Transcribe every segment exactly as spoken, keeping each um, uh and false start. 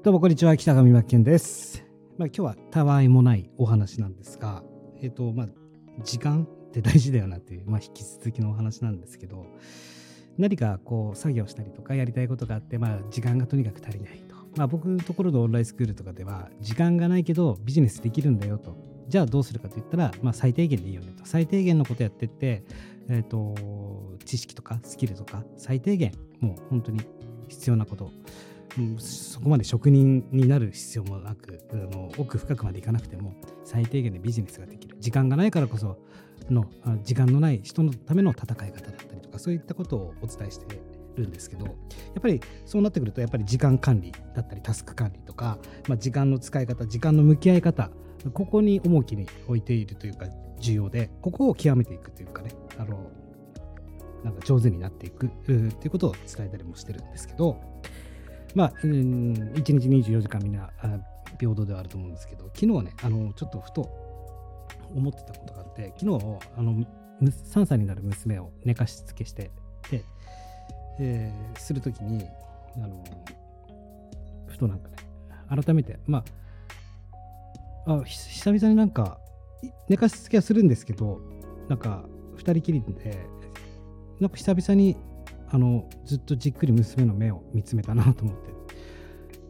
どうもこんにちは、北上真剣です。まあ、今日はたわいもないお話なんですが、えっとまあ時間って大事だよなっていう、まあ、引き続きのお話なんですけど、何かこう作業したりとかやりたいことがあって、まあ、時間がとにかく足りないと。まあ、僕のところのオンラインスクールとかでは時間がないけどビジネスできるんだよと。じゃあどうするかといったら、まあ、最低限でいいよねと。最低限のことやってって、えっと知識とかスキルとか最低限もう本当に必要なこと、うん、そこまで職人になる必要もなく、あの奥深くまでいかなくても最低限でビジネスができる。時間がないからこその時間のない人のための戦い方だったりとか、そういったことをお伝えしてるんですけど、やっぱりそうなってくるとやっぱり時間管理だったりタスク管理とか、まあ、時間の使い方、時間の向き合い方、ここに重きに置いているというか重要で、ここを極めていくというかね、あのなんか上手になっていくということを伝えたりもしてるんですけど、まあ、うん、いちにちにじゅうよじかんみんな平等ではあると思うんですけど、昨日ね、あのちょっとふと思ってたことがあって、昨日あのさんさいになる娘を寝かしつけしてで、えー、するときにあのふとなんかね、改めてまああ久々になんか寝かしつけはするんですけど、なんかふたりきりでなんか久々にあのずっとじっくり娘の目を見つめたなと思って、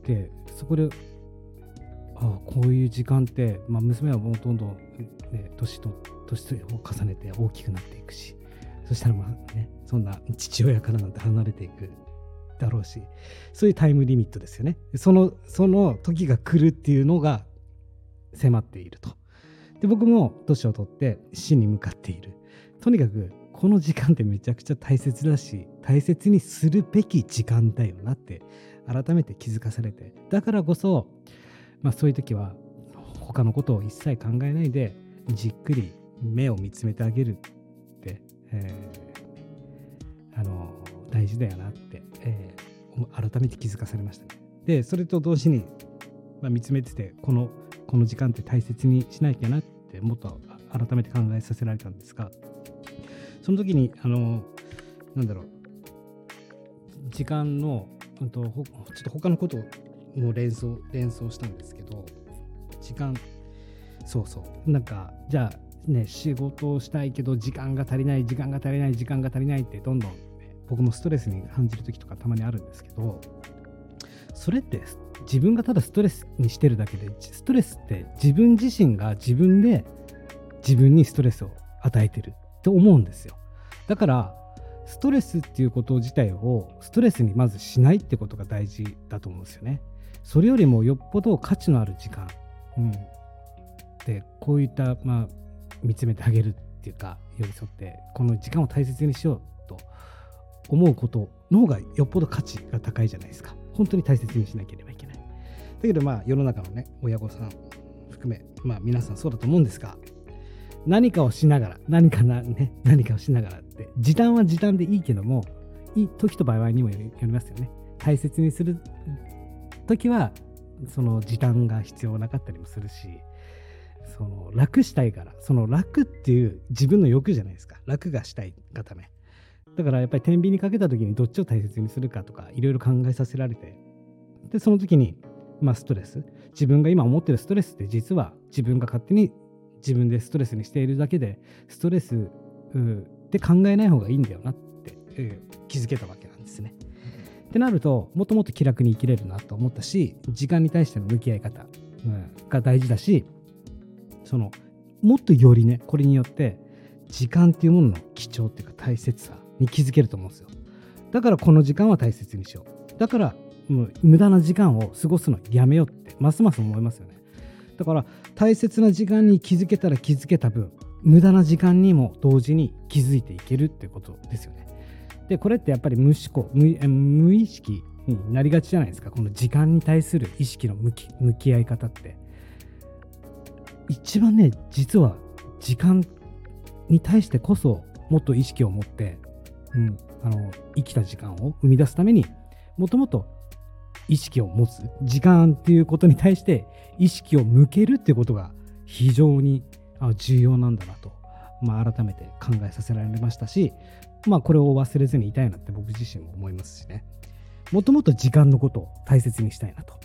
でそこであこういう時間って、まあ、娘はもうどんどん、ね、年と年を重ねて大きくなっていくし、そしたらまあね、そんな父親からなんて離れていくだろうし、そういうタイムリミットですよね。そのその時が来るっていうのが迫っていると。で僕も年を取って死に向かっている。とにかくこの時間ってめちゃくちゃ大切だし、大切にするべき時間だよなって改めて気づかされて、だからこそ、まあ、そういう時は他のことを一切考えないでじっくり目を見つめてあげるって、えー、あの大事だよなって、えー、改めて気づかされましたね。でそれと同時に、まあ、見つめててこのこの時間って大切にしなきゃなってもっと改めて考えさせられたんですが、その時にあのなんだろう時間のうんとほちょっと他のことを連想連想したんですけど、時間そうそうなんかじゃあね仕事をしたいけど時間が足りない時間が足りない時間が足りないってどんどん、ね、僕もストレスに感じる時とかたまにあるんですけど、それって自分がただストレスにしてるだけで、ストレスって自分自身が自分で自分にストレスを与えてると思うんですよ。だからストレスっていうこと自体をストレスにまずしないってことが大事だと思うんですよね。それよりもよっぽど価値のある時間、うん、でこういった、まあ、見つめてあげるっていうか寄り添ってこの時間を大切にしようと思うことの方がよっぽど価値が高いじゃないですか。本当に大切にしなければいけない。だけどまあ世の中のね親御さん含め、まあ、皆さんそうだと思うんですが、何かをしながら何かな、ね、何かをしながらって時短は時短でいいけども、いい時と場合にもよりますよね。大切にする時はその時短が必要なかったりもするし、その楽したいから、その楽っていう自分の欲じゃないですか。楽がしたいがためだからやっぱり天秤にかけた時にどっちを大切にするかとかいろいろ考えさせられて、でその時にまあストレス、自分が今思ってるストレスって実は自分が勝手に自分でストレスにしているだけで、ストレスって考えない方がいいんだよなって、えー、気づけたわけなんですね。ってなるともっともっと気楽に生きれるなと思ったし、時間に対しての向き合い方、うん、が大事だし、そのもっとよりねこれによって時間っていうものの貴重っていうか大切さに気づけると思うんですよ。だからこの時間は大切にしよう。だからもう無駄な時間を過ごすのやめようってますます思いますよね。だから大切な時間に気づけたら気づけた分、無駄な時間にも同時に気づいていけるってことですよね。でこれってやっぱり無思考 無, 無意識になりがちじゃないですか。この時間に対する意識の向 き, 向き合い方って一番ね、実は時間に対してこそもっと意識を持って、うん、あの生きた時間を生み出すためにもともと意識を持つ、時間っていうことに対して意識を向けるっていうことが非常に重要なんだなと、まあ、改めて考えさせられましたし、まあ、これを忘れずにいたいなって僕自身も思いますしね。もともと時間のことを大切にしたいなと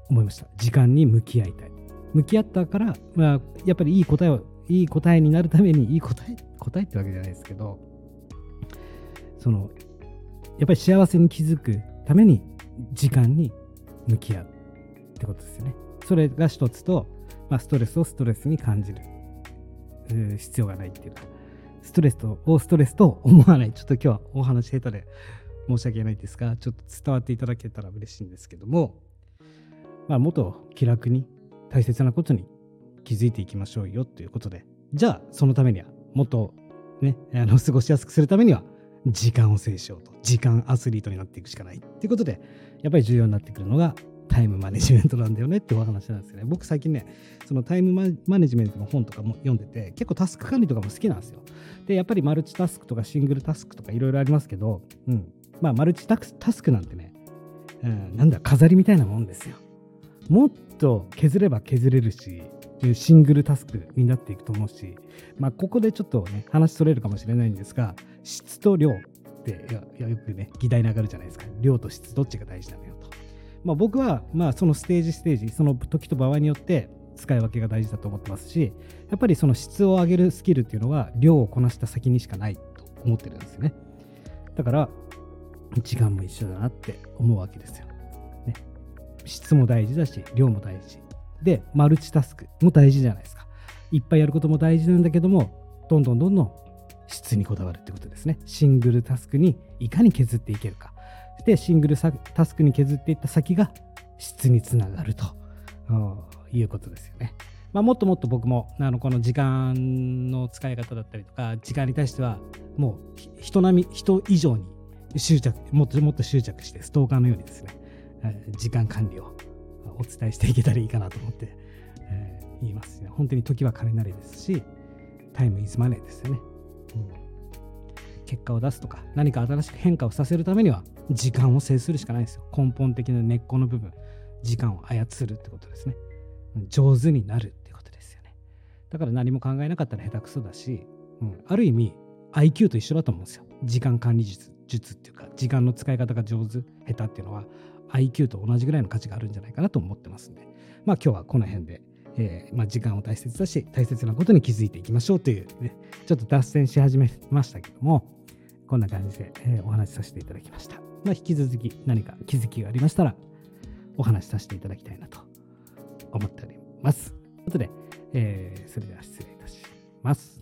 思いました。時間に向き合いたい。向き合ったから、まあ、やっぱりいい答えを、いい答えになるために、いい答え、答えってわけじゃないですけど、その、やっぱり幸せに気づくために時間に向き合うってことですよね。それが一つと、まあ、ストレスをストレスに感じる、えー、必要がないっていうか、ストレスとをストレスと思わない。ちょっと今日はお話下手で申し訳ないですが、ちょっと伝わっていただけたら嬉しいんですけども、まあ、もっと気楽に大切なことに気づいていきましょうよということで、じゃあそのためにはもっとね、あの過ごしやすくするためには時間を制しようと、時間アスリートになっていくしかないっていうことで、やっぱり重要になってくるのがタイムマネジメントなんだよねってお話なんですよね。僕最近ね、そのタイムマネジメントの本とかも読んでて、結構タスク管理とかも好きなんですよ。で、やっぱりマルチタスクとかシングルタスクとかいろいろありますけど、うん、まあマルチタスクなんてね、うん、なんだ飾りみたいなもんですよ。もっと削れば削れるし、シングルタスクになっていくと思うし、まあここでちょっとね話それるかもしれないんですが、質と量っていやよくね議題に上がるじゃないですか。量と質どっちが大事なのよと。まあ僕はまあそのステージステージ、その時と場合によって使い分けが大事だと思ってますし、やっぱりその質を上げるスキルっていうのは量をこなした先にしかないと思ってるんですよね。だから時間も一緒だなって思うわけですよ。ね、質も大事だし量も大事で、マルチタスクも大事じゃないですか。いっぱいやることも大事なんだけども、どんどんどんどん質にこだわるってことですね。シングルタスクにいかに削っていけるか。で、シングルタスクに削っていった先が質につながるということですよね。まあ、もっともっと僕もあのこの時間の使い方だったりとか、時間に対してはもう人並み、人以上に執着、もっともっと執着して、ストーカーのようにですね、時間管理をお伝えしていけたらいいかなと思って、えー、言いますね。本当に時は金なりですし、タイムイズマネーですよね。うん、結果を出すとか、何か新しく変化をさせるためには、時間を制するしかないですよ。根本的な根っこの部分、時間を操るってことですね。上手になるってことですよね。だから何も考えなかったら下手くそだし、うん、ある意味 アイキュー と一緒だと思うんですよ。時間管理術、術っていうか、時間の使い方が上手、下手っていうのは、アイキュー と同じぐらいの価値があるんじゃないかなと思ってますんで、まあ今日はこの辺で、えーまあ、時間を大切だし、大切なことに気づいていきましょうという、ね、ちょっと脱線し始めましたけども、こんな感じで、えー、お話しさせていただきました。まあ、引き続き何か気づきがありましたら、お話しさせていただきたいなと思っております。ということで、えー、それでは失礼いたします。